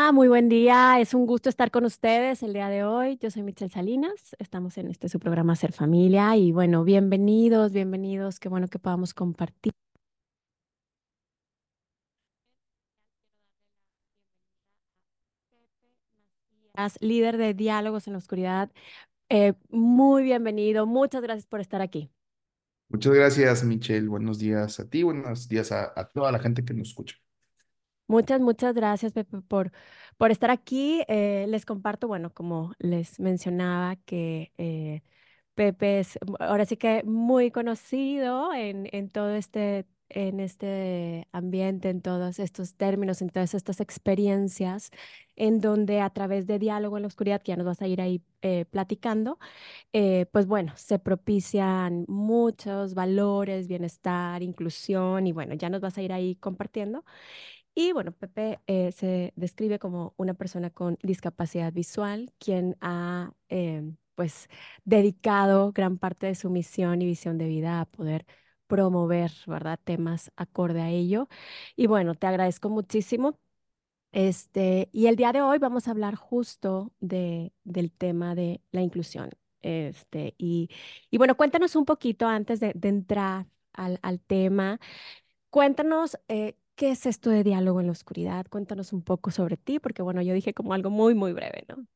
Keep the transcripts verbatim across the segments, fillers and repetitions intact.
Hola, muy buen día. Es un gusto estar con ustedes el día de hoy. Yo soy Michelle Salinas. Estamos en este su programa Ser Familia y bueno, bienvenidos, bienvenidos. Qué bueno que podamos compartir. Macías, líder de Diálogos en la Oscuridad. Eh, muy bienvenido. Muchas gracias por estar aquí. Muchas gracias, Michelle. Buenos días a ti, buenos días a, a toda la gente que nos escucha. Muchas, muchas gracias, Pepe, por, por estar aquí. Eh, les comparto, bueno, como les mencionaba, que eh, Pepe es mm, ahora sí que muy conocido en, en todo este, en este ambiente, en todos estos términos, en todas estas experiencias, en donde a través de diálogo en la oscuridad, que ya nos vas a ir ahí eh, platicando, eh, pues bueno, se propician muchos valores, bienestar, inclusión, y bueno, ya nos vas a ir ahí compartiendo. Y bueno, Pepe eh, se describe como una persona con discapacidad visual, quien ha eh, pues dedicado gran parte de su misión y visión de vida a poder promover, ¿verdad? Temas acorde a ello. Y bueno, te agradezco muchísimo. Este, y el día de hoy vamos a hablar justo de, del tema de la inclusión. Este, y, y bueno, cuéntanos un poquito antes de, de entrar al, al tema. Cuéntanos, eh, ¿qué es esto de diálogo en la oscuridad? Cuéntanos un poco sobre ti, porque bueno, yo dije como algo muy, muy breve, ¿no?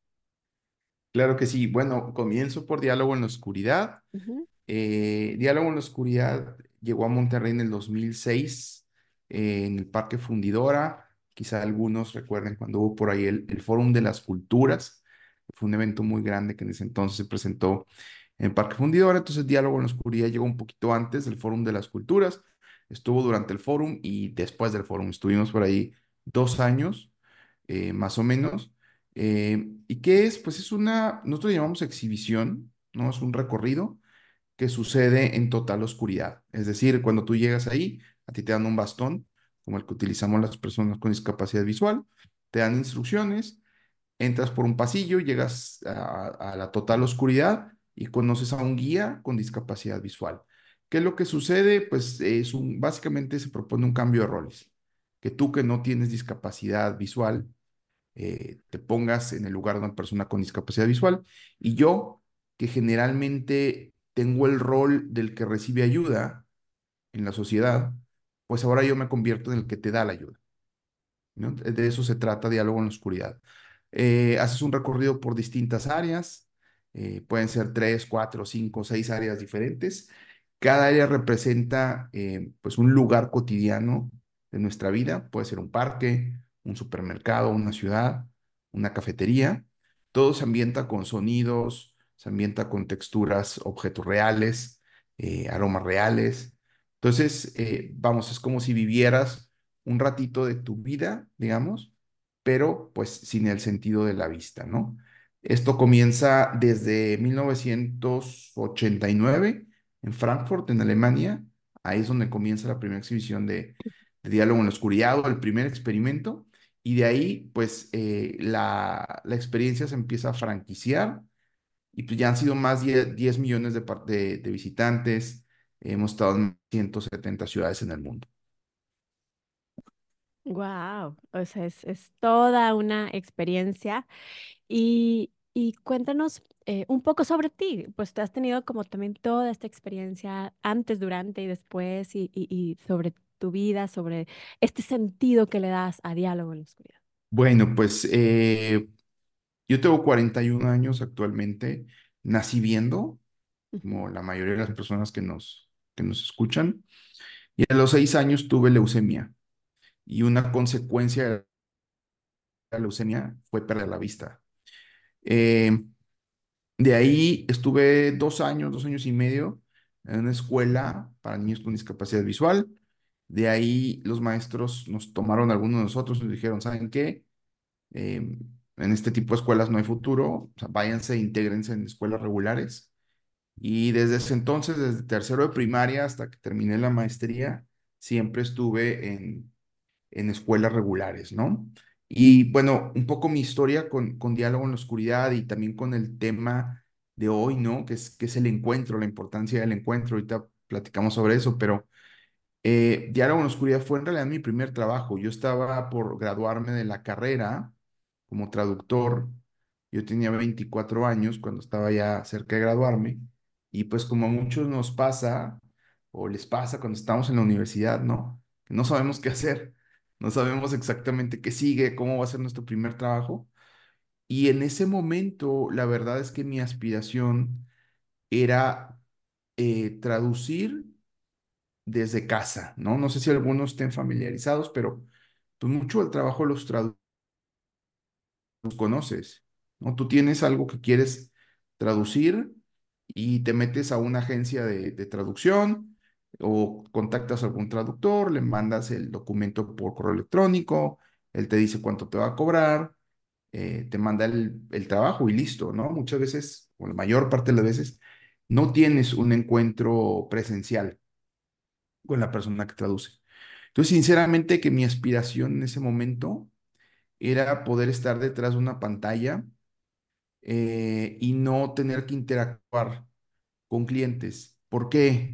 Claro que sí. Bueno, comienzo por Diálogo en la Oscuridad. Ujú. Eh, Diálogo en la Oscuridad llegó a Monterrey en el dos mil seis, eh, en el Parque Fundidora. Quizá algunos recuerden cuando hubo por ahí el, el Fórum de las Culturas. Fue un evento muy grande que en ese entonces se presentó en el Parque Fundidora. Entonces, Diálogo en la Oscuridad llegó un poquito antes del Fórum de las Culturas. Estuvo durante el Fórum y después del Fórum. Estuvimos por ahí dos años, eh, más o menos. Eh, ¿y qué es? Pues es una, nosotros llamamos exhibición, ¿no? Es un recorrido que sucede en total oscuridad. Es decir, cuando tú llegas ahí, a ti te dan un bastón, como el que utilizamos las personas con discapacidad visual, te dan instrucciones, entras por un pasillo, llegas a, a la total oscuridad y conoces a un guía con discapacidad visual. ¿Qué es lo que sucede? Pues es un, básicamente se propone un cambio de roles. Que tú que no tienes discapacidad visual, eh, te pongas en el lugar de una persona con discapacidad visual y yo, que generalmente tengo el rol del que recibe ayuda en la sociedad, pues ahora yo me convierto en el que te da la ayuda, ¿no? De eso se trata Diálogo en la Oscuridad. Eh, haces un recorrido por distintas áreas, eh, pueden ser tres, cuatro, cinco, seis áreas diferentes. Cada área representa eh, pues un lugar cotidiano de nuestra vida, puede ser un parque, un supermercado, una ciudad, una cafetería. Todo se ambienta con sonidos, se ambienta con texturas, objetos reales, eh, aromas reales. Entonces, eh, vamos, es como si vivieras un ratito de tu vida, digamos, pero pues sin el sentido de la vista, ¿no? Esto comienza desde mil novecientos ochenta y nueve en Frankfurt, en Alemania. Ahí es donde comienza la primera exhibición de, de Diálogo en la Oscuridad o el primer experimento. Y de ahí, pues, eh, la, la experiencia se empieza a franquiciar y pues ya han sido más de diez millones de, par- de, de visitantes. Hemos estado en ciento setenta ciudades en el mundo. Wow, o sea, es, es toda una experiencia. Y, y cuéntanos eh, un poco sobre ti, pues tú has tenido como también toda esta experiencia antes, durante y después, y, y, y sobre tu vida, sobre este sentido que le das a diálogo en la oscuridad. Bueno, pues eh, yo tengo cuarenta y un años actualmente. Nací viendo, Ujú. como la mayoría de las personas que nos, que nos escuchan. Y a los seis años tuve leucemia. Y una consecuencia de la leucemia fue perder la vista. Eh, de ahí estuve dos años, dos años y medio en una escuela para niños con discapacidad visual. De ahí los maestros nos tomaron algunos de nosotros y nos dijeron, ¿saben qué? Eh, en este tipo de escuelas no hay futuro, o sea, váyanse, intégrense en escuelas regulares. Y desde ese entonces, desde tercero de primaria hasta que terminé la maestría, siempre estuve en, en escuelas regulares, ¿no? Y bueno, un poco mi historia con, con Diálogo en la Oscuridad y también con el tema de hoy, ¿no? Que es, que es el encuentro, la importancia del encuentro. Ahorita platicamos sobre eso, pero eh, Diálogo en la Oscuridad fue en realidad mi primer trabajo. Yo estaba por graduarme de la carrera como traductor. Yo tenía veinticuatro años cuando estaba ya cerca de graduarme y pues como a muchos nos pasa o les pasa cuando estamos en la universidad, ¿no? Que no sabemos qué hacer, no sabemos exactamente qué sigue, cómo va a ser nuestro primer trabajo. Y en ese momento, la verdad es que mi aspiración era eh, traducir desde casa, ¿no? No sé si algunos estén familiarizados, pero pues mucho del trabajo de los traductores los conoces, ¿no? Tú tienes algo que quieres traducir y te metes a una agencia de, de traducción o contactas a algún traductor, le mandas el documento por correo electrónico, él te dice cuánto te va a cobrar, eh, te manda el, el trabajo y listo, ¿no? Muchas veces, o la mayor parte de las veces, no tienes un encuentro presencial con la persona que traduce. Entonces, sinceramente, que mi aspiración en ese momento era poder estar detrás de una pantalla eh, y no tener que interactuar con clientes. ¿Por qué?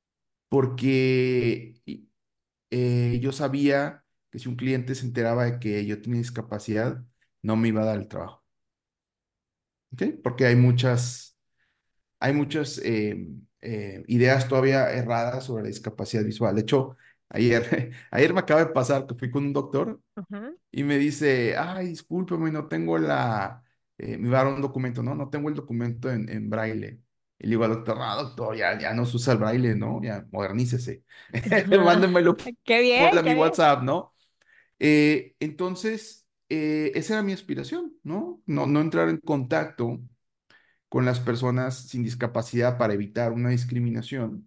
Porque eh, yo sabía que si un cliente se enteraba de que yo tenía discapacidad, no me iba a dar el trabajo. ¿Ok? Porque hay muchas, hay muchas eh, eh, ideas todavía erradas sobre la discapacidad visual. De hecho, ayer, ayer me acaba de pasar que fui con un doctor Ajá. y me dice, ay, discúlpeme, no tengo la, eh, me va a dar un documento, no, no tengo el documento en, en braille. Y le digo al doctor, no, doctor, ya, ya no se usa el braille, ¿no? Ya, modernícese. Mándemelo Qué por bien, a qué mi bien. WhatsApp, ¿no? Eh, entonces, eh, esa era mi aspiración, ¿no? ¿no? No entrar en contacto con las personas sin discapacidad para evitar una discriminación.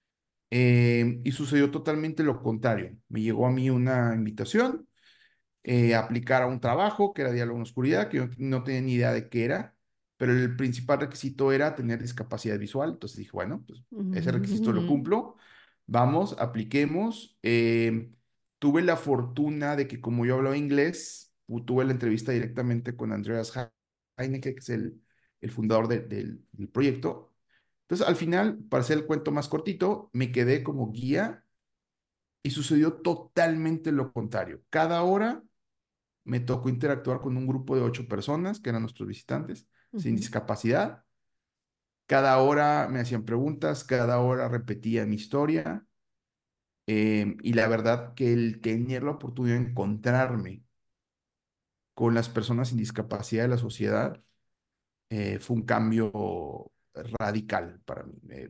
Eh, y sucedió totalmente lo contrario. Me llegó a mí una invitación eh, aplicar a un trabajo que era diálogo en oscuridad, que yo no tenía ni idea de qué era, pero el principal requisito era tener discapacidad visual. Entonces dije, bueno, pues ese requisito lo Ujú. cumplo, vamos, apliquemos. Eh, tuve la fortuna de que como yo hablaba inglés, pu- tuve la entrevista directamente con Andreas Heineke, que es el, el fundador de- del, del proyecto. Entonces, al final, para hacer el cuento más cortito, me quedé como guía y sucedió totalmente lo contrario. Cada hora me tocó interactuar con un grupo de ocho personas, que eran nuestros visitantes, sin Ujú. discapacidad. Cada hora me hacían preguntas, cada hora repetía mi historia. Eh, y la verdad que el tener la oportunidad de encontrarme con las personas sin discapacidad de la sociedad eh, fue un cambio radical para mí. Me,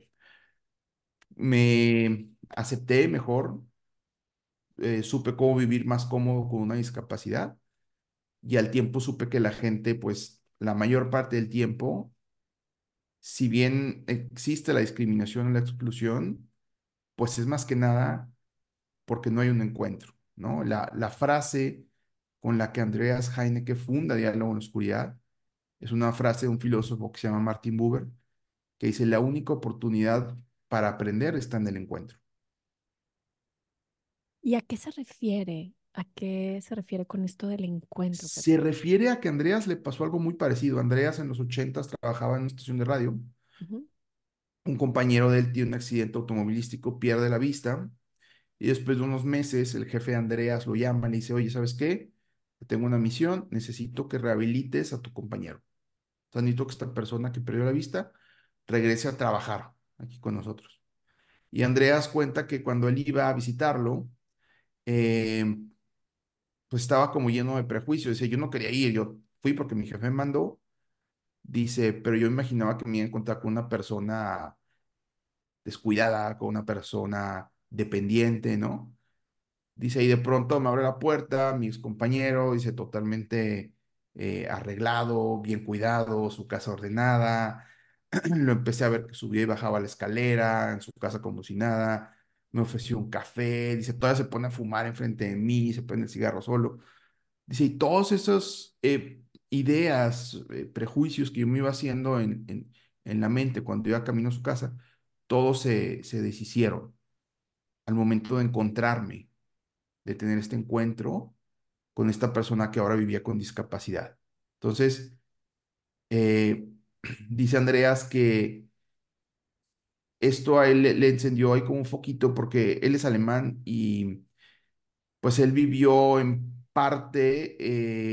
me acepté mejor, eh, supe cómo vivir más cómodo con una discapacidad y al tiempo supe que la gente, pues la mayor parte del tiempo, si bien existe la discriminación y la exclusión, pues es más que nada porque no hay un encuentro, ¿no? La, la frase con la que Andreas Heineke funda Diálogo en la Oscuridad es una frase de un filósofo que se llama Martin Buber, que dice, la única oportunidad para aprender está en el encuentro. ¿Y a qué se refiere? ¿A qué se refiere con esto del encuentro, Se Pepe? refiere a que a Andreas le pasó algo muy parecido. Andreas en los ochentas trabajaba en una estación de radio. Ujú. Un compañero de él tiene un accidente automovilístico, pierde la vista. Y después de unos meses, el jefe de Andreas lo llama y le dice, oye, ¿sabes qué? Tengo una misión, necesito que rehabilites a tu compañero. O sea, necesito que esta persona que perdió la vista regrese a trabajar aquí con nosotros. Y Andreas cuenta que cuando él iba a visitarlo, eh, pues estaba como lleno de prejuicios. Dice, yo no quería ir, yo fui porque mi jefe me mandó. Dice, pero yo imaginaba que me iba a encontrar con una persona descuidada, con una persona dependiente, ¿no? Dice, y de pronto me abre la puerta, mis compañeros, dice, totalmente eh, arreglado, bien cuidado, su casa ordenada. Lo empecé a ver que subía y bajaba la escalera, en su casa como si nada. Me ofreció un café, dice, todavía se pone a fumar enfrente de mí, se prende el cigarro solo. Dice, y todos esos eh, ideas, eh, prejuicios que yo me iba haciendo en, en, en la mente cuando iba camino a su casa, todos se, se deshicieron al momento de encontrarme, de tener este encuentro con esta persona que ahora vivía con discapacidad. Entonces, eh, dice Andreas que esto a él le, le encendió ahí como un foquito porque él es alemán y pues él vivió en parte eh,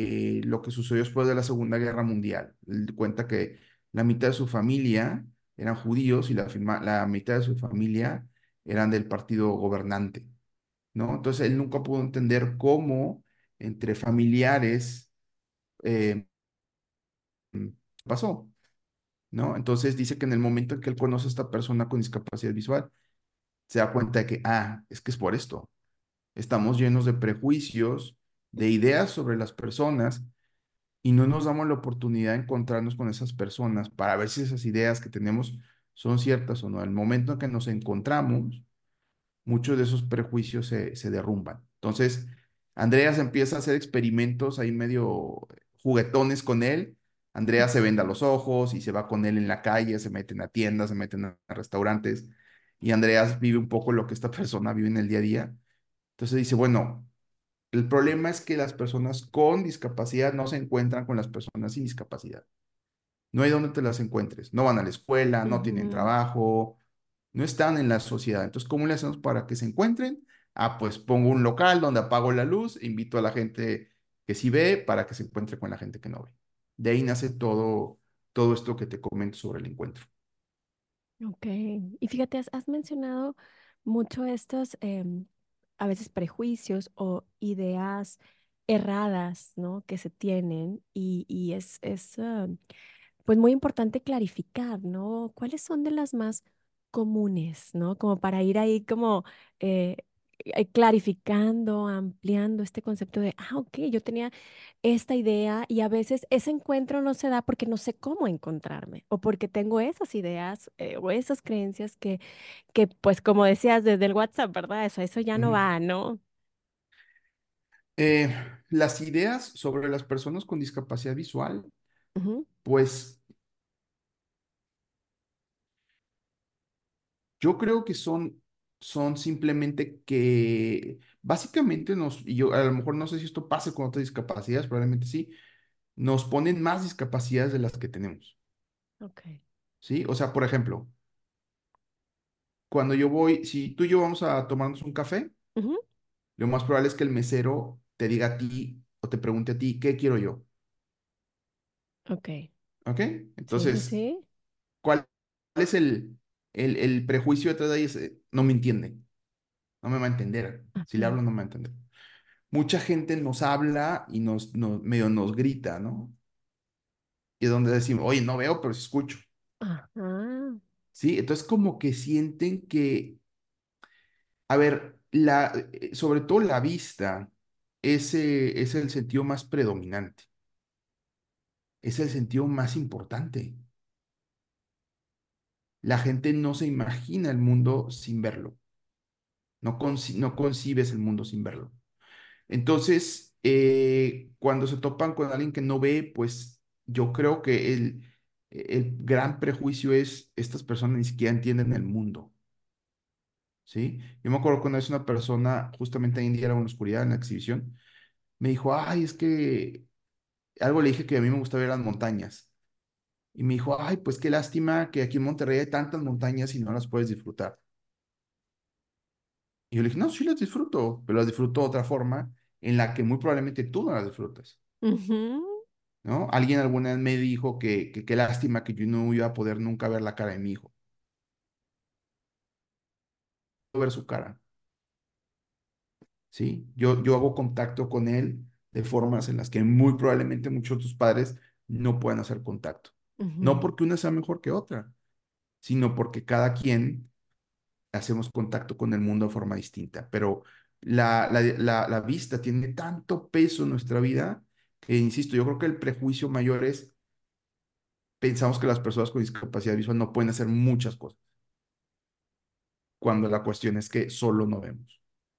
lo que sucedió después de la Segunda Guerra Mundial. Él cuenta que la mitad de su familia eran judíos y la, firma- la mitad de su familia eran del partido gobernante, ¿no? Entonces él nunca pudo entender cómo entre familiares eh, pasó, ¿no? Entonces dice que en el momento en que él conoce a esta persona con discapacidad visual, se da cuenta de que, ah, es que es por esto. Estamos llenos de prejuicios, de ideas sobre las personas y no nos damos la oportunidad de encontrarnos con esas personas para ver si esas ideas que tenemos son ciertas o no. Al momento en que nos encontramos, muchos de esos prejuicios se, se derrumban. Entonces, Andrea se empieza a hacer experimentos ahí medio juguetones con él. Andrea se venda los ojos y se va con él en la calle, se meten a tiendas, se meten a restaurantes y Andrea vive un poco lo que esta persona vive en el día a día. Entonces dice, bueno, el problema es que las personas con discapacidad no se encuentran con las personas sin discapacidad. No hay donde te las encuentres. No van a la escuela, no tienen Ujú. trabajo, no están en la sociedad. Entonces, ¿cómo le hacemos para que se encuentren? Ah, pues pongo un local donde apago la luz, e invito a la gente que sí ve para que se encuentre con la gente que no ve. De ahí nace todo, todo esto que te comento sobre el encuentro. Ok. Y fíjate, has, has mencionado mucho estos, em, a veces prejuicios o ideas erradas, ¿no? Que se tienen y, y es, es ah, pues muy importante clarificar, ¿no? ¿Cuáles son de las más comunes, ¿no? Como para ir ahí como eh, eh, clarificando, ampliando este concepto de, ah, ok, yo tenía esta idea y a veces ese encuentro no se da porque no sé cómo encontrarme o porque tengo esas ideas eh, o esas creencias que, que, pues como decías desde el WhatsApp, ¿verdad? Eso, eso ya no Ujú. va, ¿no? Eh, las ideas sobre las personas con discapacidad visual, Ujú, pues yo creo que son, son simplemente que básicamente nos, y yo a lo mejor no sé si esto pase con otras discapacidades, probablemente sí, nos ponen más discapacidades de las que tenemos, ok. ¿sí? O sea, por ejemplo, cuando yo voy, si tú y yo vamos a tomarnos un café, Ujú, lo más probable es que el mesero te diga a ti o te pregunte a ti, ¿qué quiero yo? ok. ¿Ok? Sí, sí, Entonces, sí. ¿cuál es el, el, el prejuicio detrás de ahí? Es, eh, no me entiende, no me va a entender. Si le Ok. hablo, no me va a entender. Mucha gente nos habla y nos, nos medio nos grita, ¿no? Y es donde decimos, oye, no veo, pero sí escucho, Ajá. ¿sí? Entonces como que sienten que, a ver, la, eh, sobre todo la vista, ese es el sentido más predominante, es el sentido más importante. La gente no se imagina el mundo sin verlo, no, conci- no concibes el mundo sin verlo. Entonces, eh, cuando se topan con alguien que no ve, pues yo creo que el, el gran prejuicio es estas personas ni siquiera entienden el mundo, ¿sí? Yo me acuerdo cuando es una persona, justamente ahí en día era en la oscuridad, en la exhibición, me dijo, ay, es que algo le dije que a mí me gusta ver las montañas. Y me dijo, ay, pues qué lástima que aquí en Monterrey hay tantas montañas y no las puedes disfrutar. Y yo le dije, no, sí las disfruto, pero las disfruto de otra forma en la que muy probablemente tú no las disfrutas. Ujú. ¿No? Alguien alguna vez me dijo que, que qué lástima que yo no iba a poder nunca ver la cara de mi hijo, ver su cara, ¿sí? Yo, yo hago contacto con él de formas en las que muy probablemente muchos de tus padres no puedan hacer contacto. No Ujú. porque una sea mejor que otra, sino porque cada quien hacemos contacto con el mundo de forma distinta. Pero la, la, la, la vista tiene tanto peso en nuestra vida que, insisto, yo creo que el prejuicio mayor es pensamos que las personas con discapacidad visual no pueden hacer muchas cosas, cuando la cuestión es que solo no vemos,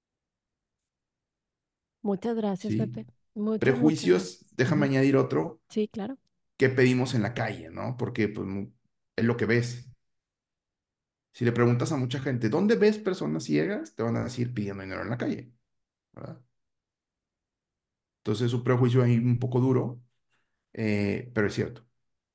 Muchas gracias, ¿sí? Pepe. Muchas, muchas Prejuicios, gracias. déjame Ujú. añadir otro, Sí, claro. que pedimos en la calle, ¿no? Porque pues, mu- es lo que ves. Si le preguntas a mucha gente, ¿dónde ves personas ciegas? Te van a decir pidiendo dinero en la calle, ¿verdad? Entonces, es un prejuicio ahí un poco duro, eh, pero es cierto.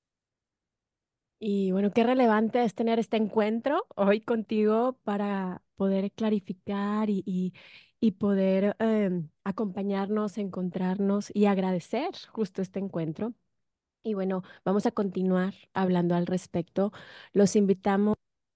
Y bueno, qué relevante es tener este encuentro hoy contigo para poder clarificar y, y, y poder em, acompañarnos, encontrarnos y agradecer justo este encuentro. Y bueno, vamos a continuar hablando al respecto. Los invitamos.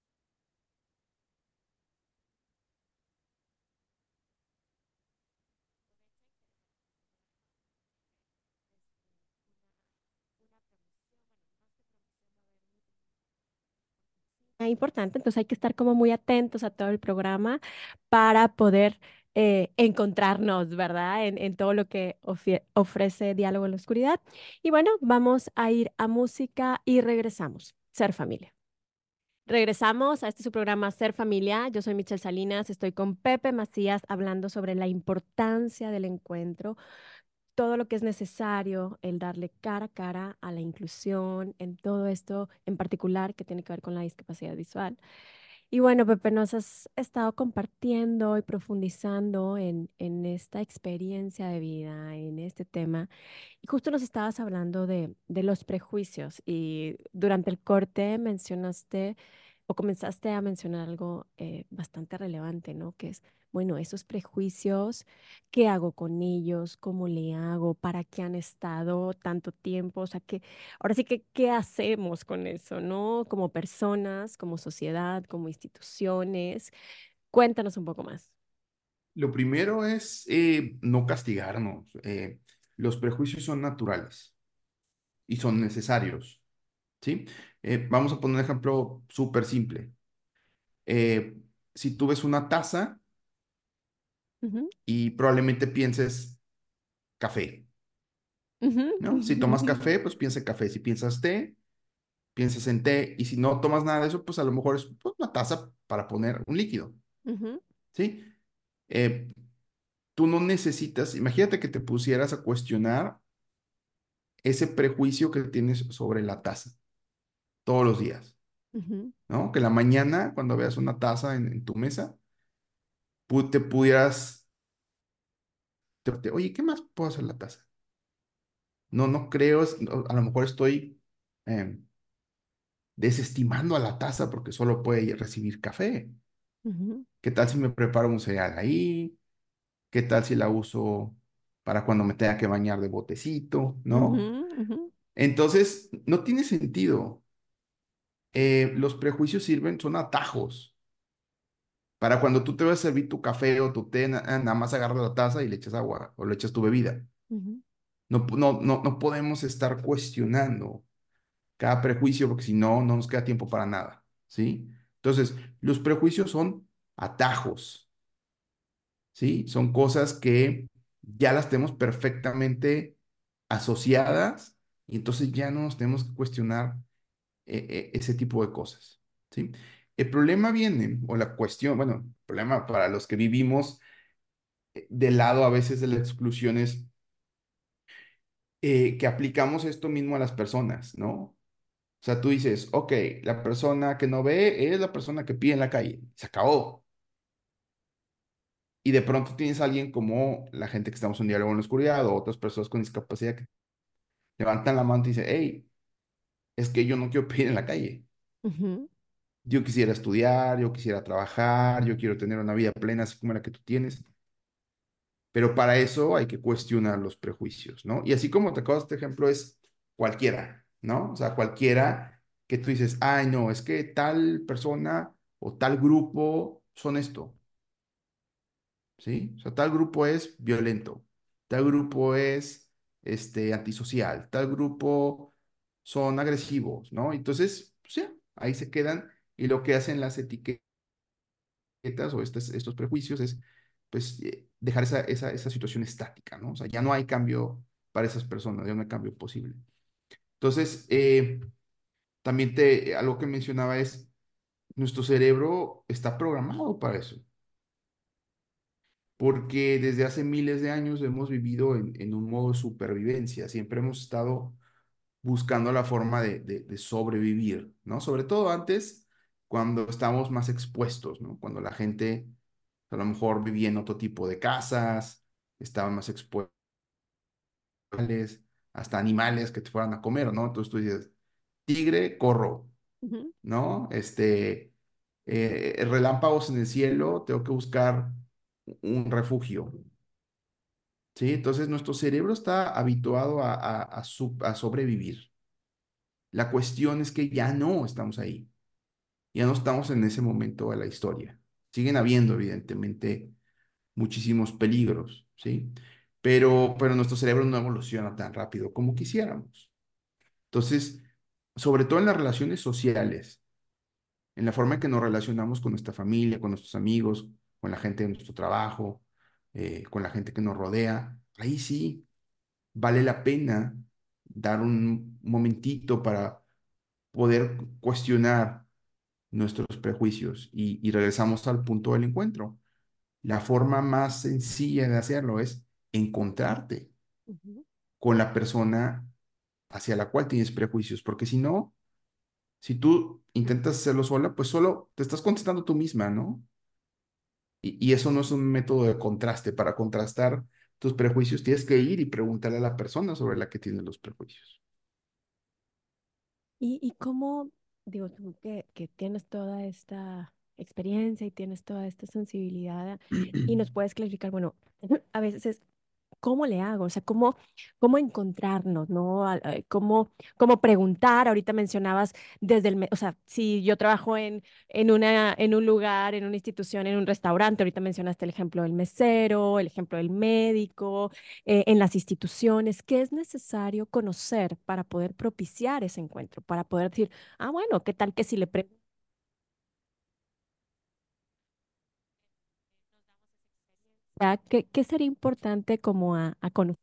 Es importante, entonces hay que estar como muy atentos a todo el programa para poder eh, encontrarnos, ¿verdad? En, en todo lo que ofie- ofrece Diálogo en la Oscuridad. Y bueno, vamos a ir a música y regresamos. Ser familia. Regresamos a este su programa Ser Familia. Yo soy Michelle Salinas, estoy con Pepe Macías hablando sobre la importancia del encuentro, todo lo que es necesario, el darle cara a cara a la inclusión, en todo esto en particular que tiene que ver con la discapacidad visual. Y bueno, Pepe, nos has estado compartiendo y profundizando en, en esta experiencia de vida, en este tema. Y justo nos estabas hablando de, de los prejuicios y durante el corte mencionaste o comenzaste a mencionar algo eh, bastante relevante, ¿no? Que es, bueno, esos prejuicios, ¿qué hago con ellos? ¿Cómo le hago? ¿Para qué han estado tanto tiempo? O sea, que ahora sí que, ¿qué hacemos con eso, ¿no? Como personas, como sociedad, como instituciones. Cuéntanos un poco más. Lo primero es eh, no castigarnos. Eh, los prejuicios son naturales y son necesarios, ¿sí? Eh, vamos a poner un ejemplo súper simple. Eh, si tú ves una taza Ujú, y probablemente pienses café, ujú, ¿no? Si tomas café, pues piensa en café. Si piensas té, piensas en té. Y si no tomas nada de eso, pues a lo mejor es pues, una taza para poner un líquido, ujú, ¿sí? Eh, Tú no necesitas, imagínate que te pusieras a cuestionar ese prejuicio que tienes sobre la taza todos los días, ujú, ¿no? Que en la mañana, cuando veas una taza en, en tu mesa, pu- te pudieras, te- te- oye, ¿qué más puedo hacer la taza? No, no creo, es- no, a lo mejor estoy em, desestimando a la taza porque solo puede recibir café. ujú, ¿Qué tal si me preparo un cereal ahí? ¿Qué tal si la uso para cuando me tenga que bañar de botecito, ujú, ¿no? ujú, Entonces, no tiene sentido. Eh, los prejuicios sirven, son atajos. Para cuando tú te vas a servir tu café o tu té, na- nada más agarras la taza y le echas agua o le echas tu bebida. ujú, No, no, no, no podemos estar cuestionando cada prejuicio porque si no, no nos queda tiempo para nada, ¿sí? Entonces, los prejuicios son atajos, ¿sí? Son cosas que ya las tenemos perfectamente asociadas y entonces ya no nos tenemos que cuestionar eh, eh, ese tipo de cosas, ¿sí? El problema viene, o la cuestión, bueno, el problema para los que vivimos eh, del lado a veces de la exclusión es eh, que aplicamos esto mismo a las personas, ¿no? O sea, tú dices, ok, la persona que no ve es la persona que pide en la calle, se acabó. Y de pronto tienes a alguien como la gente que estamos en diálogo en la oscuridad o otras personas con discapacidad que levantan la mano y dicen, hey, es que yo no quiero pedir en la calle. ujú, Yo quisiera estudiar, yo quisiera trabajar, yo quiero tener una vida plena así como la que tú tienes. Pero para eso hay que cuestionar los prejuicios, ¿no? Y así como te acabo de este ejemplo es cualquiera, ¿no? O sea, cualquiera que tú dices, ay, no, es que tal persona o tal grupo son esto, ¿sí? O sea, tal grupo es violento, tal grupo es este, antisocial, tal grupo son agresivos, ¿no? Entonces, pues ya, ahí se quedan y lo que hacen las etiquetas o estos, estos prejuicios es, pues, eh, dejar esa, esa, esa situación estática, ¿no? O sea, ya no hay cambio para esas personas, ya no hay cambio posible. Entonces, eh, también te, algo que mencionaba es, nuestro cerebro está programado para eso, porque desde hace miles de años hemos vivido en, en un modo de supervivencia, siempre hemos estado buscando la forma de, de, de sobrevivir, ¿no? Sobre todo antes, cuando estábamos más expuestos, ¿no? Cuando la gente a lo mejor vivía en otro tipo de casas, estaban más expuestos hasta animales que te fueran a comer, ¿no? Entonces tú dices, tigre, corro, ujú, ¿no? Este, eh, relámpagos en el cielo, tengo que buscar un refugio, ¿sí? Entonces nuestro cerebro está habituado a, a, a, su- a sobrevivir. La cuestión es que ya no estamos ahí, ya no estamos en ese momento de la historia. Siguen habiendo, evidentemente, muchísimos peligros, ¿sí? Pero, pero nuestro cerebro no evoluciona tan rápido como quisiéramos. Entonces, sobre todo en las relaciones sociales, en la forma en que nos relacionamos con nuestra familia, con nuestros amigos, con la gente de nuestro trabajo, eh, con la gente que nos rodea, ahí sí vale la pena dar un momentito para poder cuestionar nuestros prejuicios y, y regresamos al punto del encuentro. La forma más sencilla de hacerlo es encontrarte Ujú. con la persona hacia la cual tienes prejuicios, porque si no, si tú intentas hacerlo sola, pues solo te estás contestando tú misma, ¿no? Y, y eso no es un método de contraste. Para contrastar tus prejuicios, tienes que ir y preguntarle a la persona sobre la que tienes los prejuicios. ¿Y, y cómo, digo, tú que, que tienes toda esta experiencia y tienes toda esta sensibilidad y nos puedes clarificar, bueno, a veces es, ¿cómo le hago? O sea, ¿cómo, cómo encontrarnos, ¿no? A- a- ¿Cómo, cómo preguntar? Ahorita mencionabas desde el, me- o sea, si yo trabajo en, en una, en un lugar, en una institución, en un restaurante, ahorita mencionaste el ejemplo del mesero, el ejemplo del médico, eh, en las instituciones, ¿qué es necesario conocer para poder propiciar ese encuentro? Para poder decir, ah, bueno, ¿qué tal que si le pregunto? ¿Qué, qué sería importante como a, a conocer,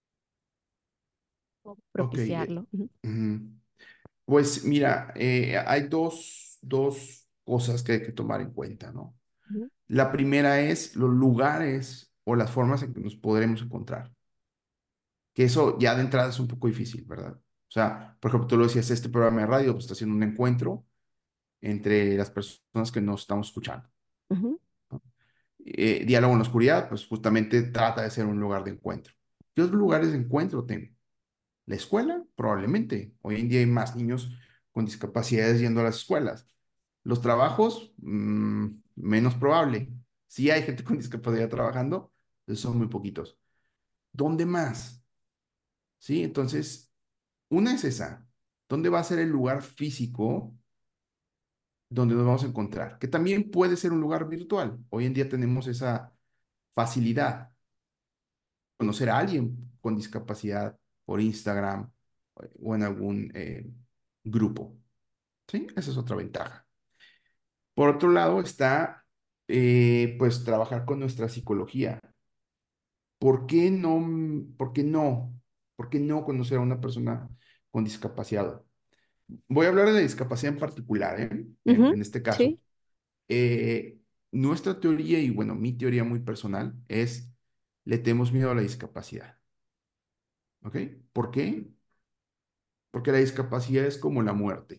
Ok. eh, propiciarlo? Ujú, ujú. Pues mira, eh, hay dos, dos cosas que hay que tomar en cuenta, ¿no? ujú, La primera es los lugares o las formas en que nos podremos encontrar, que eso ya de entrada es un poco difícil, ¿verdad? O sea, por ejemplo, tú lo decías, este programa de radio pues, está haciendo un encuentro entre las personas que nos estamos escuchando. ujú, Eh, Diálogo en la oscuridad, pues justamente trata de ser un lugar de encuentro. ¿Qué otros lugares de encuentro tengo? La escuela, probablemente. Hoy en día hay más niños con discapacidades yendo a las escuelas. Los trabajos, mmm, menos probable. Sí hay gente con discapacidad trabajando, pero son muy poquitos. ¿Dónde más? Sí, entonces, una es esa. ¿Dónde va a ser el lugar físico donde nos vamos a encontrar? Que también puede ser un lugar virtual. Hoy en día tenemos esa facilidad. Conocer a alguien con discapacidad por Instagram o en algún eh, grupo. ¿Sí? Esa es otra ventaja. Por otro lado está, eh, pues, trabajar con nuestra psicología. ¿Por qué no, por qué no, por qué no conocer a una persona con discapacidad? Voy a hablar de la discapacidad en particular, ¿eh? En, ujú, en este caso. sí. Eh, Nuestra teoría y, bueno, mi teoría muy personal es, le tenemos miedo a la discapacidad. ¿Ok? ¿Por qué? Porque la discapacidad es como la muerte.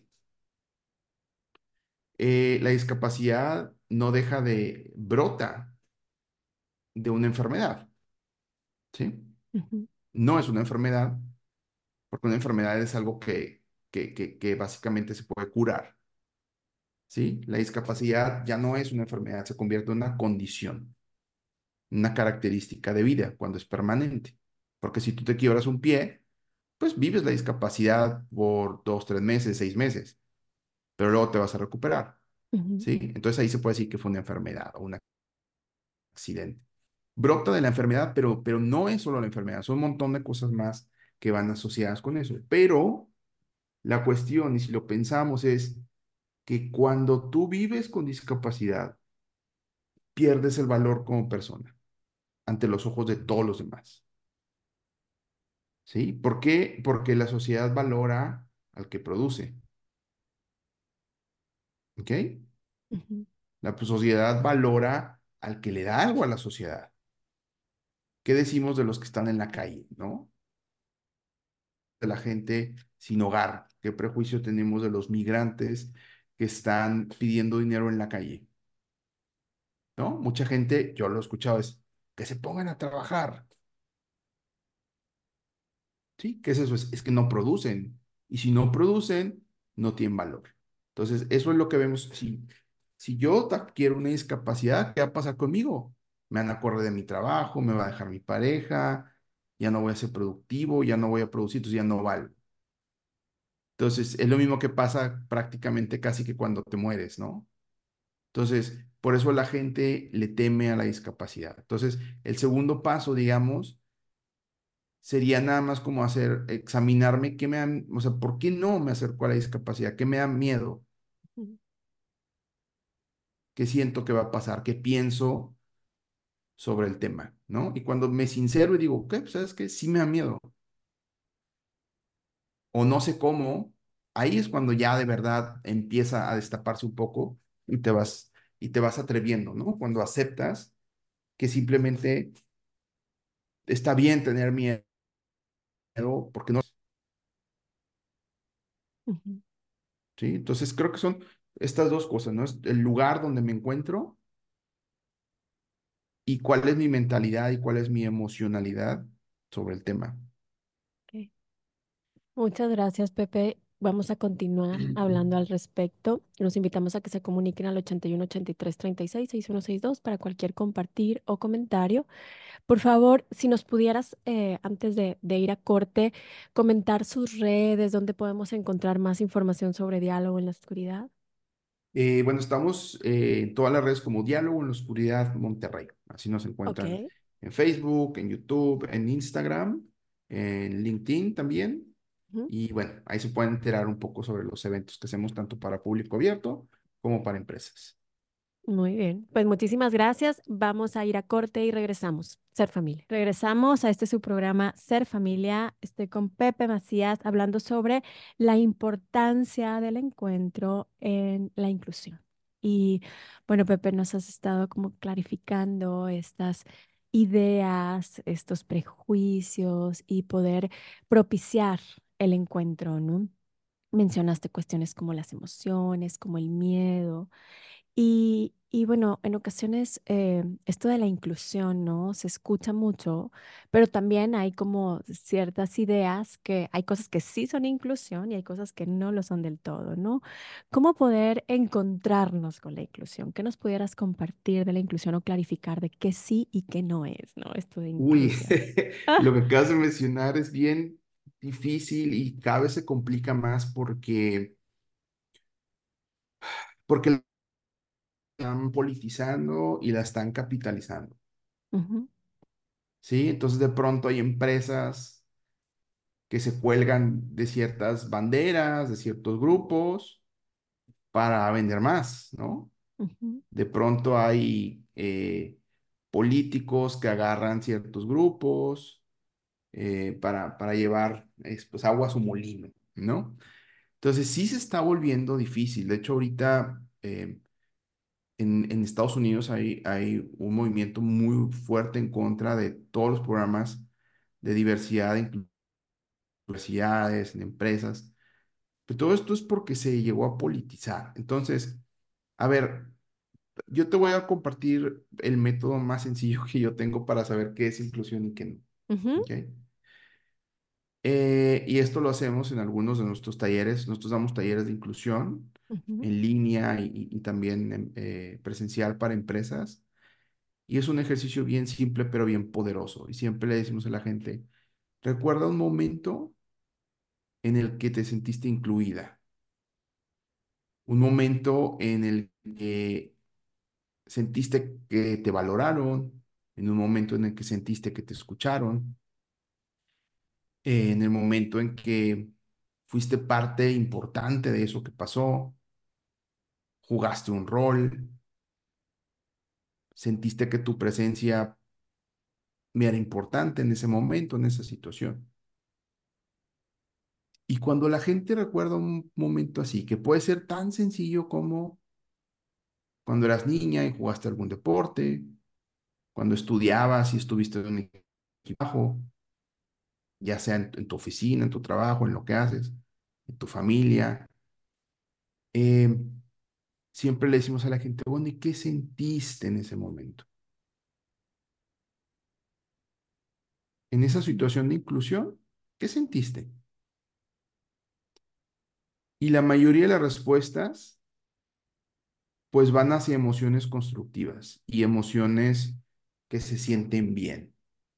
Eh, la discapacidad no deja de brota de una enfermedad, ¿sí? Ujú, No es una enfermedad, porque una enfermedad es algo que, que, que, que básicamente se puede curar, ¿sí? La discapacidad ya no es una enfermedad, se convierte en una condición, una característica de vida cuando es permanente. Porque si tú te quiebras un pie, pues vives la discapacidad por dos, tres meses, seis meses, pero luego te vas a recuperar, ujú, ¿sí? Entonces ahí se puede decir que fue una enfermedad o un accidente. Brota de la enfermedad, pero, pero no es solo la enfermedad, son un montón de cosas más que van asociadas con eso. Pero la cuestión, y si lo pensamos, es que cuando tú vives con discapacidad, pierdes el valor como persona ante los ojos de todos los demás. ¿Sí? ¿Por qué? Porque la sociedad valora al que produce. ¿Ok? ujú, La sociedad valora al que le da algo a la sociedad. ¿Qué decimos de los que están en la calle, no? De la gente sin hogar. ¿Qué prejuicio tenemos de los migrantes que están pidiendo dinero en la calle? ¿No? Mucha gente, yo lo he escuchado, es que se pongan a trabajar. ¿Sí? ¿Qué es eso? Es, es que no producen. Y si no producen, no tienen valor. Entonces, eso es lo que vemos. Si, si yo ta- quiero una discapacidad, ¿qué va a pasar conmigo? me van a correr de mi trabajo, me va a dejar mi pareja, ya no voy a ser productivo, ya no voy a producir, entonces ya no valgo. Entonces, es lo mismo que pasa prácticamente casi que cuando te mueres, ¿no? Entonces, por eso la gente le teme a la discapacidad. Entonces, el segundo paso, digamos, sería nada más como hacer, examinarme qué me da, o sea, ¿por qué no me acerco a la discapacidad? ¿Qué me da miedo? Ujú, ¿Qué siento que va a pasar? ¿Qué pienso sobre el tema? ¿No? Y cuando me sincero y digo, ¿qué? Pues, ¿sabes qué? Sí me da miedo. O no sé cómo, ahí es cuando ya de verdad empieza a destaparse un poco y te vas, y te vas atreviendo, ¿no? Cuando aceptas que simplemente está bien tener miedo, porque no, ujú. ¿sí? Entonces creo que son estas dos cosas, ¿no? Es el lugar donde me encuentro y cuál es mi mentalidad y cuál es mi emocionalidad sobre el tema. Ok. Muchas gracias, Pepe. Vamos a continuar hablando al respecto. Los invitamos a que se comuniquen al ochenta y uno, ochenta y tres, treinta y seis, sesenta y uno sesenta y dos para cualquier compartir o comentario. Por favor, si nos pudieras, eh, antes de, de ir a corte, comentar sus redes, donde podemos encontrar más información sobre diálogo en la oscuridad. Eh, bueno, estamos eh, en todas las redes como Diálogo en la Oscuridad Monterrey. Así nos Ok. encuentran en Facebook, en YouTube, en Instagram, en LinkedIn también. Ujú. Y bueno, ahí se pueden enterar un poco sobre los eventos que hacemos tanto para público abierto como para empresas. Muy bien, pues muchísimas gracias. Vamos a ir a corte y regresamos. Ser familia. Regresamos a este su programa Ser familia. Estoy con Pepe Macías hablando sobre la importancia del encuentro en la inclusión. Y bueno, Pepe, nos has estado como clarificando estas ideas, estos prejuicios y poder propiciar el encuentro, ¿no? Mencionaste cuestiones como las emociones, como el miedo y, y bueno, en ocasiones eh, esto de la inclusión, ¿no? Se escucha mucho, pero también hay como ciertas ideas que hay cosas que sí son inclusión y hay cosas que no lo son del todo, ¿no? ¿Cómo poder encontrarnos con la inclusión? ¿Qué nos pudieras compartir de la inclusión o clarificar de qué sí y qué no es, ¿no? Esto de Uy, inclusión. lo que Ah, acabas de mencionar es bien difícil y cada vez se complica más porque, porque la están politizando y la están capitalizando, ujú, ¿sí? Entonces de pronto hay empresas que se cuelgan de ciertas banderas, de ciertos grupos para vender más, ¿no? ujú, De pronto hay eh, políticos que agarran ciertos grupos eh, para, para llevar es, pues, agua a su molino, ¿no? Entonces sí se está volviendo difícil. De hecho, ahorita eh, en, en Estados Unidos hay, hay un movimiento muy fuerte en contra de todos los programas de diversidad, de universidades, en empresas. Pero todo esto es porque se llegó a politizar. Entonces, a ver, yo te voy a compartir el método más sencillo que yo tengo para saber qué es inclusión y qué no. ujú, ¿Ok? Eh, y esto lo hacemos en algunos de nuestros talleres. Nosotros damos talleres de inclusión ujú, en línea y, y- y también em, eh, presencial para empresas. Y es un ejercicio bien simple, pero bien poderoso. Y siempre le decimos a la gente, recuerda un momento en el que te sentiste incluida, un momento en el que sentiste que te valoraron, en un momento en el que sentiste que te escucharon, eh, en el momento en que fuiste parte importante de eso que pasó, jugaste un rol, sentiste que tu presencia me era importante en ese momento, en esa situación. Y cuando la gente recuerda un momento así, que puede ser tan sencillo como cuando eras niña y jugaste algún deporte, cuando estudiabas y estuviste en un equipo, ya sea en, en tu oficina, en tu trabajo, en lo que haces, en tu familia. Eh, Siempre le decimos a la gente, bueno, ¿y qué sentiste en ese momento? En esa situación de inclusión, ¿qué sentiste? Y la mayoría de las respuestas, pues van hacia emociones constructivas y emociones que se sienten bien.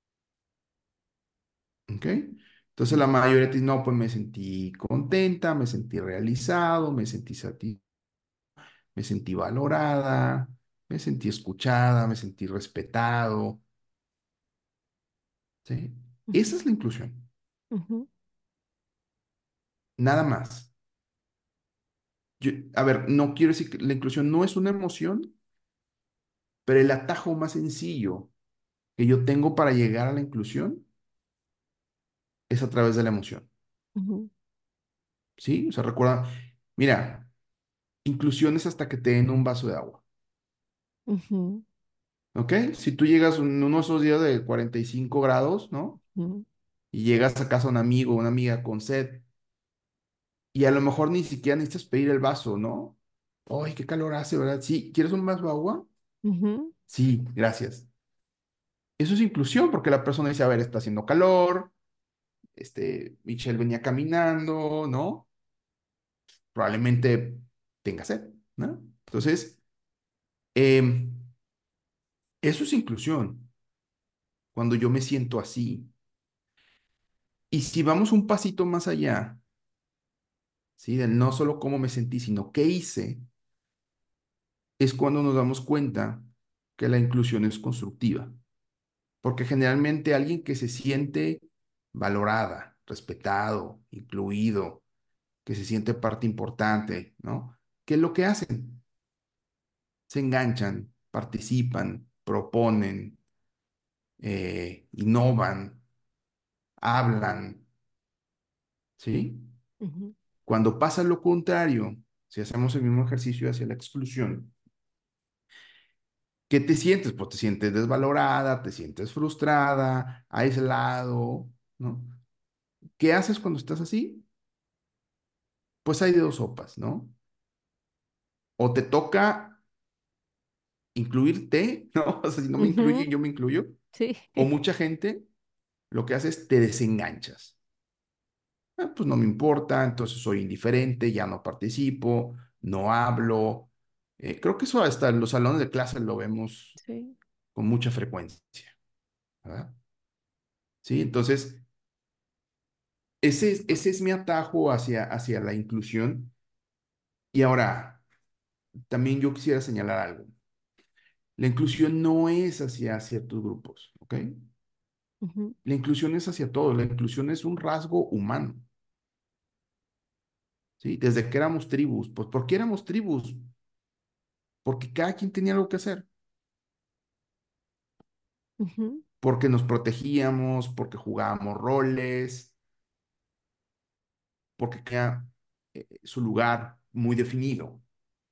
¿Ok? Entonces la mayoría dice, no, pues me sentí contenta, me sentí realizado, me sentí satisfecho, me sentí valorada, me sentí escuchada, me sentí respetado. ¿Sí? Esa Ujú, es la inclusión, ujú, nada más. Yo- a ver, no quiero decir que la inclusión no es una emoción, pero el atajo más sencillo que yo tengo para llegar a la inclusión es a través de la emoción. ujú, ¿Sí? O sea, recuerda, mira, inclusión es hasta que te den un vaso de agua. ujú, ¿Ok? Si tú llegas en uno de esos días de cuarenta y cinco grados, ¿no? ujú, Y llegas a casa de un amigo o una amiga con sed y a lo mejor ni siquiera necesitas pedir el vaso, ¿no? ¡Ay, qué calor hace!, ¿verdad? Sí, ¿quieres un vaso de agua? ujú, Sí, gracias. Eso es inclusión porque la persona dice, a ver, está haciendo calor, este, Michelle venía caminando, ¿no? Probablemente tenga sed, ¿no? Entonces, em, eso es inclusión, cuando yo me siento así. Y si vamos un pasito más allá, ¿sí? Del no solo cómo me sentí, sino qué hice, es cuando nos damos cuenta que la inclusión es constructiva. Porque generalmente alguien que se siente valorada, respetado, incluido, que se siente parte importante, ¿no? ¿Qué es lo que hacen? Se enganchan, participan, proponen, eh, innovan, hablan, ¿sí? ujú, Cuando pasa lo contrario, si hacemos el mismo ejercicio hacia la exclusión, ¿qué te sientes? Pues te sientes desvalorada, te sientes frustrada, aislado, ¿no? ¿Qué haces cuando estás así? Pues hay de dos sopas, ¿no? O te toca incluirte, ¿no? O sea, si no me ujú, incluyen, yo me incluyo. sí, O mucha gente lo que hace es te desenganchas. Ah, pues no me importa, entonces soy indiferente, ya no participo, no hablo. Eh, creo que eso hasta en los salones de clase lo vemos sí, con mucha frecuencia, ¿verdad? Sí, entonces ese es, ese es mi atajo hacia, hacia la inclusión. Y ahora, también yo quisiera señalar algo. La inclusión no es hacia ciertos grupos, ¿ok? ujú, La inclusión es hacia todos, la inclusión es un rasgo humano, ¿sí? Desde que éramos tribus, pues ¿por qué éramos tribus? Porque cada quien tenía algo que hacer, ujú, porque nos protegíamos, porque jugábamos roles, porque tenía eh, su lugar muy definido,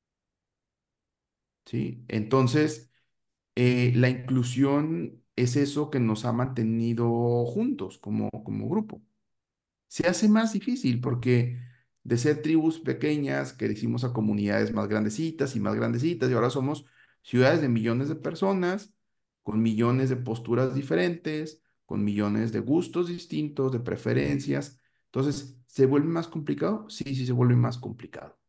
¿sí? Entonces, eh, la inclusión es eso que nos ha mantenido juntos como, como grupo. Se hace más difícil porque de ser tribus pequeñas crecimos a comunidades más grandecitas y más grandecitas y ahora somos ciudades de millones de personas con millones de posturas diferentes, con millones de gustos distintos, de preferencias. Entonces, ¿se vuelve más complicado? Sí, sí se vuelve más complicado.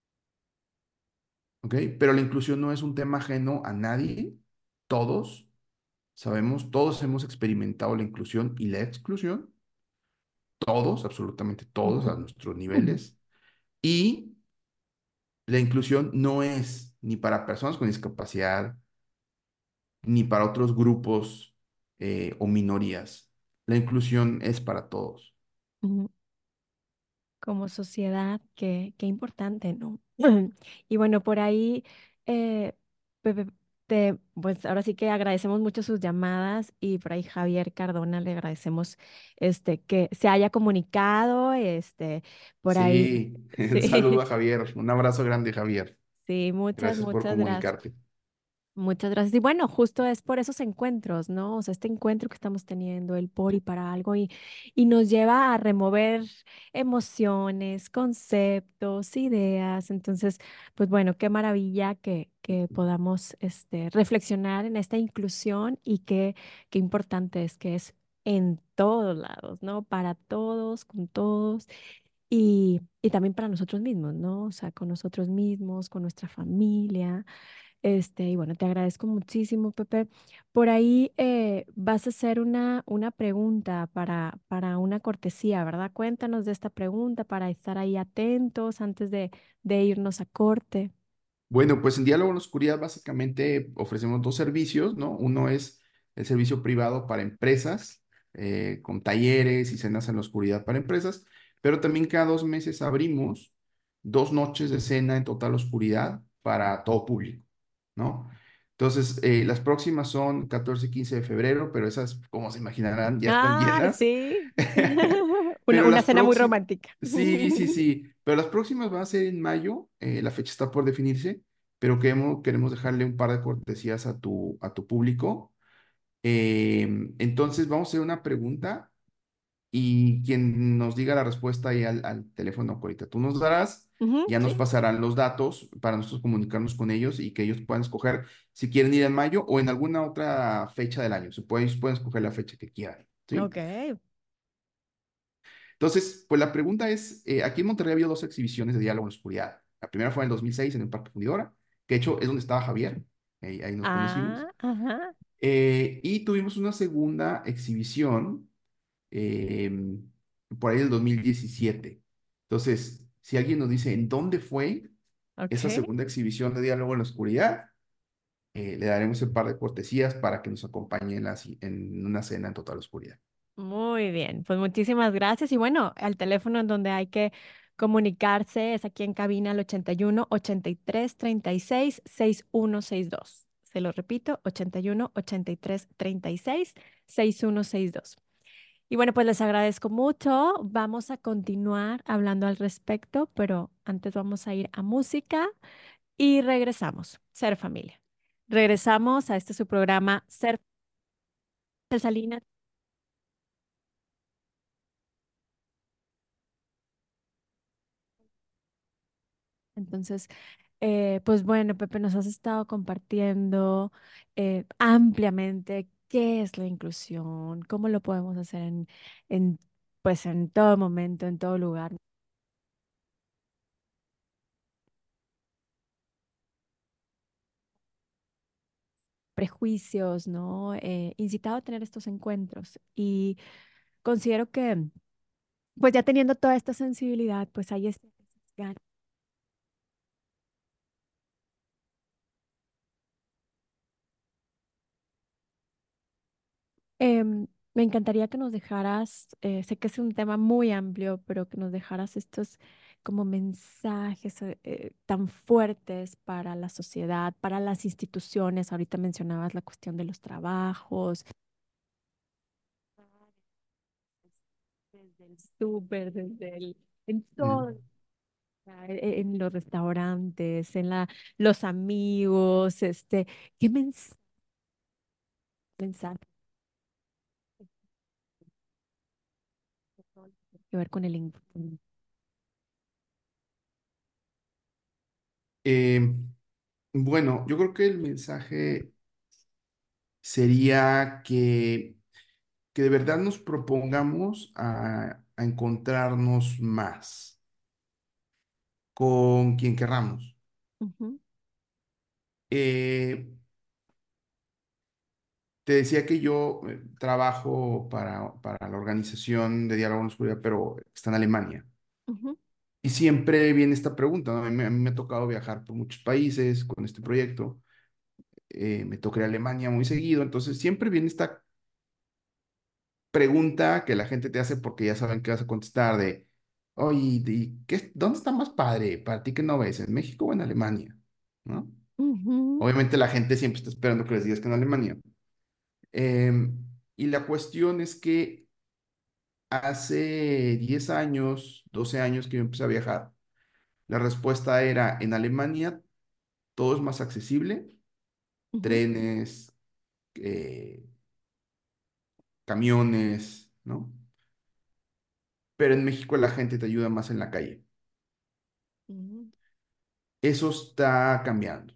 ¿Ok? Pero la inclusión no es un tema ajeno a nadie. Todos sabemos, todos hemos experimentado la inclusión y la exclusión. Todos, absolutamente todos, a ujú, nuestros ujú, niveles. Y la inclusión no es ni para personas con discapacidad, ni para otros grupos eh, o minorías. La inclusión es para todos. ujú. Como sociedad, qué, qué importante, ¿no? Y bueno, por ahí, eh, Pepe, te, pues ahora sí que agradecemos mucho sus llamadas y por ahí Javier Cardona le agradecemos este, que se haya comunicado, este, por ahí, Sí, un saludo sí, a Javier. Un abrazo grande, Javier. sí, muchas, Gracias por muchas gracias. comunicarte. Muchas gracias. Y bueno, justo es por esos encuentros, ¿no? O sea, este encuentro que estamos teniendo, el por y para algo, y, y nos lleva a remover emociones, conceptos, ideas. Entonces, pues bueno, qué maravilla que, que podamos este, reflexionar en esta inclusión y qué, qué importante es que es en todos lados, ¿no? Para todos, con todos. Y, y también para nosotros mismos, ¿no? O sea, con nosotros mismos, con nuestra familia Este, y bueno, te agradezco muchísimo, Pepe. Por ahí eh, vas a hacer una, una pregunta para, para una cortesía, ¿verdad? Cuéntanos de esta pregunta para estar ahí atentos antes de, de irnos a corte. Bueno, pues en Diálogo en la Oscuridad básicamente ofrecemos dos servicios, ¿no? Uno es el servicio privado para empresas, eh, con talleres y cenas en la oscuridad para empresas, pero también cada dos meses abrimos dos noches de cena en total oscuridad para todo público, ¿no? Entonces, eh, las próximas son catorce y quince de febrero, pero esas, como se imaginarán, ya están Ah, llenas. sí. Una, Pero una las cena muy próximas, romántica. sí, sí, sí, pero las próximas van a ser en mayo, eh, la fecha está por definirse, pero queremos, queremos dejarle un par de cortesías a tu, a tu público. Em, entonces vamos a hacer una pregunta y quien nos diga la respuesta ahí al, al teléfono que ahorita tú nos darás, Ujú, ya nos sí. pasarán los datos para nosotros comunicarnos con ellos y que ellos puedan escoger si quieren ir en mayo o en alguna otra fecha del año. Se pueden, ellos pueden escoger la fecha que quieran, ¿sí? Ok. Entonces, pues la pregunta es, eh, aquí en Monterrey había dos exhibiciones de Diálogo en la Oscuridad. La primera fue en el dos mil seis en el Parque Fundidora, que de hecho es donde estaba Javier, ahí, ahí nos conocimos. Ah, ajá. Eh, y tuvimos una segunda exhibición eh, por ahí del dos mil diecisiete. Entonces, si alguien nos dice en dónde fue esa Ok. segunda exhibición de Diálogo en la Oscuridad, eh, le daremos un par de cortesías para que nos acompañe en, la ci- en una cena en total oscuridad. Muy bien, pues muchísimas gracias. Y bueno, al teléfono en donde hay que comunicarse es aquí en cabina al ochenta y uno, ochenta y tres, treinta y seis, sesenta y uno sesenta y dos. Se lo repito, ochenta y uno, ochenta y tres, treinta y seis, sesenta y uno sesenta y dos. Y bueno, pues les agradezco mucho. Vamos a continuar hablando al respecto, pero antes vamos a ir a música y regresamos. Ser familia. Regresamos a este su programa Ser Salinas. Entonces, eh, pues bueno, Pepe, nos has estado compartiendo eh, ampliamente qué es la inclusión, cómo lo podemos hacer en, en, pues en todo momento, en todo lugar. Prejuicios, ¿no? Eh, incitado a tener estos encuentros. Y considero que, pues ya teniendo toda esta sensibilidad, pues hay este Em, me encantaría que nos dejaras, eh, sé que es un tema muy amplio, pero que nos dejaras estos como mensajes eh, eh, tan fuertes para la sociedad, para las instituciones. Ahorita mencionabas la cuestión de los trabajos, desde el súper, desde el, en todo, Mm. e- en los restaurantes, en la, los amigos, este, ¿qué mens- mensaje tiene que ver con el entorno? Eh, bueno, yo creo que el mensaje sería que, que de verdad nos propongamos a, a encontrarnos más con quien querramos. Ujú, Eh, Te decía que yo eh, trabajo para, para la organización de Diálogo en la Oscuridad, pero está en Alemania. ujú, Y siempre viene esta pregunta, ¿no? A mí, me a mí me ha tocado viajar por muchos países con este proyecto. Eh, me toca ir a Alemania muy seguido, entonces siempre viene esta pregunta que la gente te hace porque ya saben que vas a contestar de, oye, ¿y qué, dónde está más padre para ti que no ves? ¿En México o en Alemania? ¿No? ujú, Obviamente la gente siempre está esperando que les digas que en Alemania. Em, y la cuestión es que hace diez años, doce años que yo empecé a viajar, la respuesta era, en Alemania todo es más accesible, ujú. trenes, eh, camiones, ¿no? Pero en México la gente te ayuda más en la calle. Ujú, Eso está cambiando.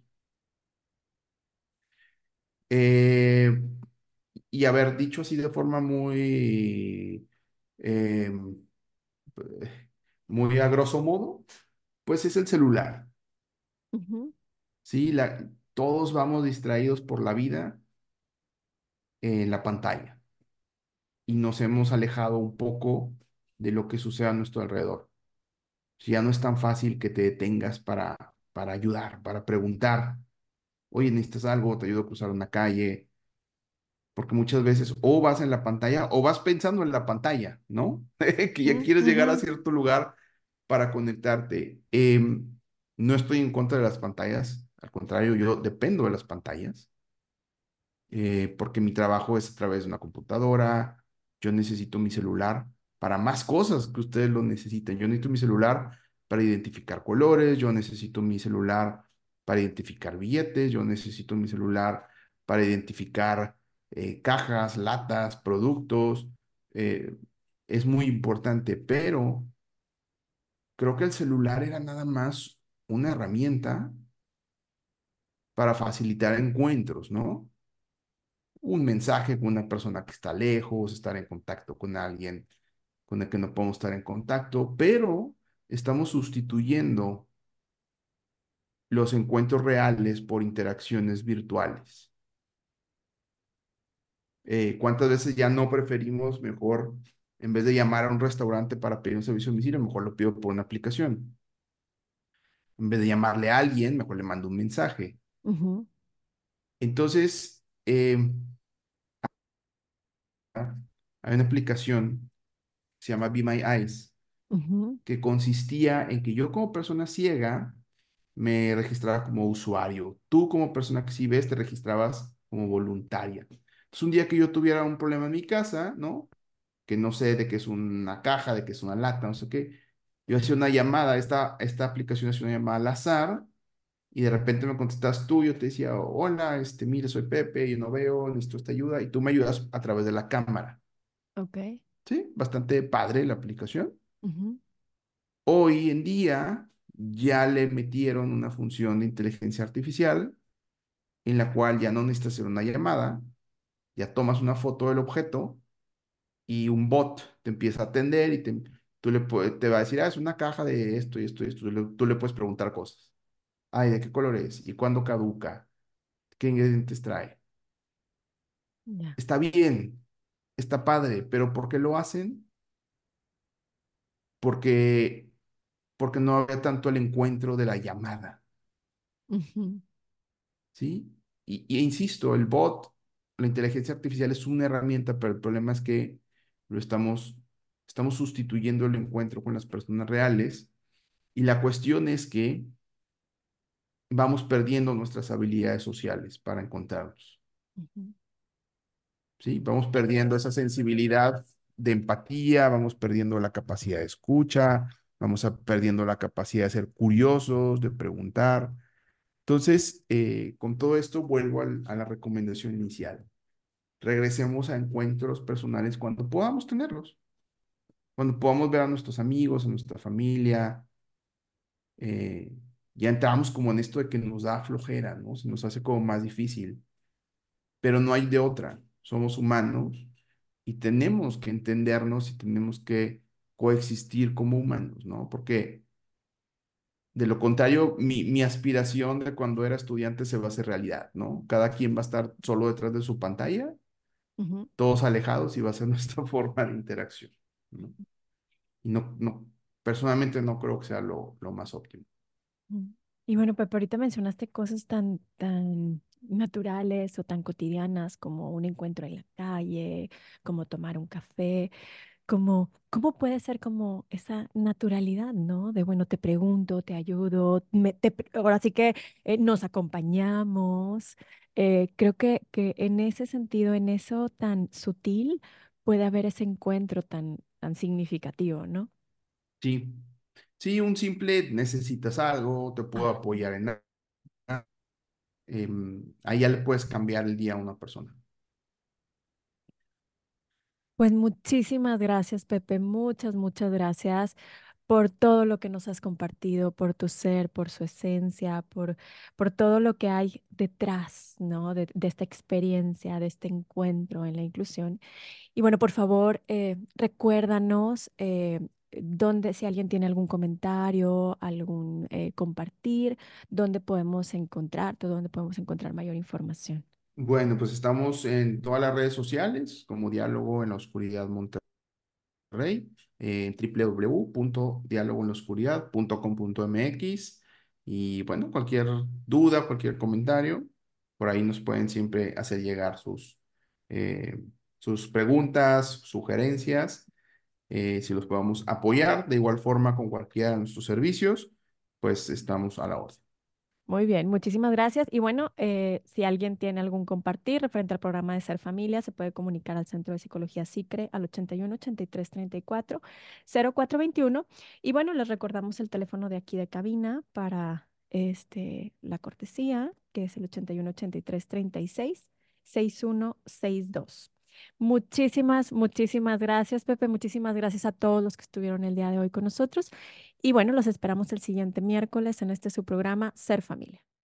Eh, y haber dicho así de forma muy, eh, muy a grosso modo, pues es el celular, ujú, ¿sí? La, todos vamos distraídos por la vida en la pantalla y nos hemos alejado un poco de lo que sucede a nuestro alrededor. Si ya no es tan fácil que te detengas para, para ayudar, para preguntar, oye, ¿necesitas algo? ¿Te ayudo a cruzar una calle? Porque muchas veces o vas en la pantalla o vas pensando en la pantalla, ¿no? Que ya Mm, quieres llegar a ujú, cierto lugar para conectarte. Em, no estoy en contra de las pantallas, al contrario, yo dependo de las pantallas, eh, porque mi trabajo es a través de una computadora, yo necesito mi celular para más cosas que ustedes lo necesiten. Yo necesito mi celular para identificar colores, yo necesito mi celular para identificar billetes, yo necesito mi celular para identificar eh, cajas, latas, productos. eh, es muy importante, pero creo que el celular era nada más una herramienta para facilitar encuentros, ¿no? Un mensaje con una persona que está lejos, estar en contacto con alguien con el que no podemos estar en contacto, pero estamos sustituyendo los encuentros reales por interacciones virtuales. Eh, ¿cuántas veces ya no preferimos mejor, en vez de llamar a un restaurante para pedir un servicio a domicilio, mejor lo pido por una aplicación? En vez de llamarle a alguien, mejor le mando un mensaje. ujú, Entonces, eh, hay una aplicación que se llama Be My Eyes, ujú. que consistía en que yo como persona ciega me registraba como usuario. Tú como persona que sí ves te registrabas como voluntaria. Entonces un día que yo tuviera un problema en mi casa, ¿no? Que no sé de qué es una caja, de qué es una lata, no sé qué, yo hacía una llamada, esta, esta aplicación hacía una llamada al azar y de repente me contestas tú, yo te decía, hola, este, mire, soy Pepe, yo no veo, necesito esta ayuda y tú me ayudas a través de la cámara. Ok. ¿Sí? Bastante padre la aplicación. Ujú, Hoy en día ya le metieron una función de inteligencia artificial en la cual ya no necesitas hacer una llamada, ya tomas una foto del objeto y un bot te empieza a atender y te, tú le, pue- te va a decir, ah, es una caja de esto y esto y esto. Tú le, tú le puedes preguntar cosas. Ay, ¿de qué color es? ¿Y cuándo caduca? ¿Qué ingredientes trae? ya. Está bien, está padre, pero ¿por qué lo hacen? Porque, porque no había tanto el encuentro de la llamada. Ujú, ¿Sí? Y, y insisto, el bot, la inteligencia artificial es una herramienta, pero el problema es que lo estamos, estamos sustituyendo el encuentro con las personas reales y la cuestión es que vamos perdiendo nuestras habilidades sociales para encontrarnos, ujú, ¿sí? Vamos perdiendo esa sensibilidad de empatía, vamos perdiendo la capacidad de escucha, vamos a- perdiendo la capacidad de ser curiosos, de preguntar. Entonces, eh, con todo esto vuelvo al- a la recomendación inicial. Regresemos a encuentros personales cuando podamos tenerlos, cuando podamos ver a nuestros amigos, a nuestra familia. eh, ya entramos como en esto de que nos da flojera, ¿no? Se nos hace como más difícil, pero no hay de otra. Somos humanos y tenemos que entendernos y tenemos que coexistir como humanos, ¿no? Porque de lo contrario, mi, mi aspiración de cuando era estudiante se va a hacer realidad, ¿no? Cada quien va a estar solo detrás de su pantalla, ujú, todos alejados y va a ser nuestra forma de interacción, ¿no? Y no, no, personalmente no creo que sea lo, lo más óptimo. ujú. Y bueno, Pepe, ahorita mencionaste cosas tan, tan naturales o tan cotidianas como un encuentro en la calle, como tomar un café. Como, ¿cómo puede ser como esa naturalidad, ¿no? De, bueno, te pregunto, te ayudo, me- te pre- ahora sí que eh, nos acompañamos. Eh, creo que, que en ese sentido, en eso tan sutil, puede haber ese encuentro tan, tan significativo, ¿no? Sí, sí, un simple necesitas algo, te puedo Ah, apoyar en nada. em, ahí ya le puedes cambiar el día a una persona. pues muchísimas gracias, Pepe, muchas, muchas gracias por todo lo que nos has compartido, por tu ser, por su esencia, por, por todo lo que hay detrás, ¿no? De, de esta experiencia, de este encuentro en la inclusión. Y bueno, por favor, eh, recuérdanos. eh, donde si alguien tiene algún comentario, algún eh, compartir, dónde podemos encontrarte, dónde podemos encontrar mayor información. Bueno, pues estamos en todas las redes sociales como Diálogo en la Oscuridad Monterrey, en w w w punto diálogo en la oscuridad punto com punto m x. Y bueno, cualquier duda, cualquier comentario, por ahí nos pueden siempre hacer llegar sus, eh, sus preguntas, sugerencias, eh, si los podamos apoyar de igual forma con cualquiera de nuestros servicios, pues estamos a la orden. Muy bien, muchísimas gracias. Y bueno, eh, si alguien tiene algún compartir referente al programa de Ser Familia, se puede comunicar al Centro de Psicología SICRE al ochenta y uno, ochenta y tres, treinta y cuatro, cero cuatro veintiuno. Y bueno, les recordamos el teléfono de aquí de cabina para este, la cortesía, que es el ochenta y uno, ochenta y tres, treinta y seis, sesenta y uno sesenta y dos. Muchísimas, muchísimas gracias, Pepe. Muchísimas gracias a todos los que estuvieron el día de hoy con nosotros. Y bueno, los esperamos el siguiente miércoles en este su programa Ser Familia.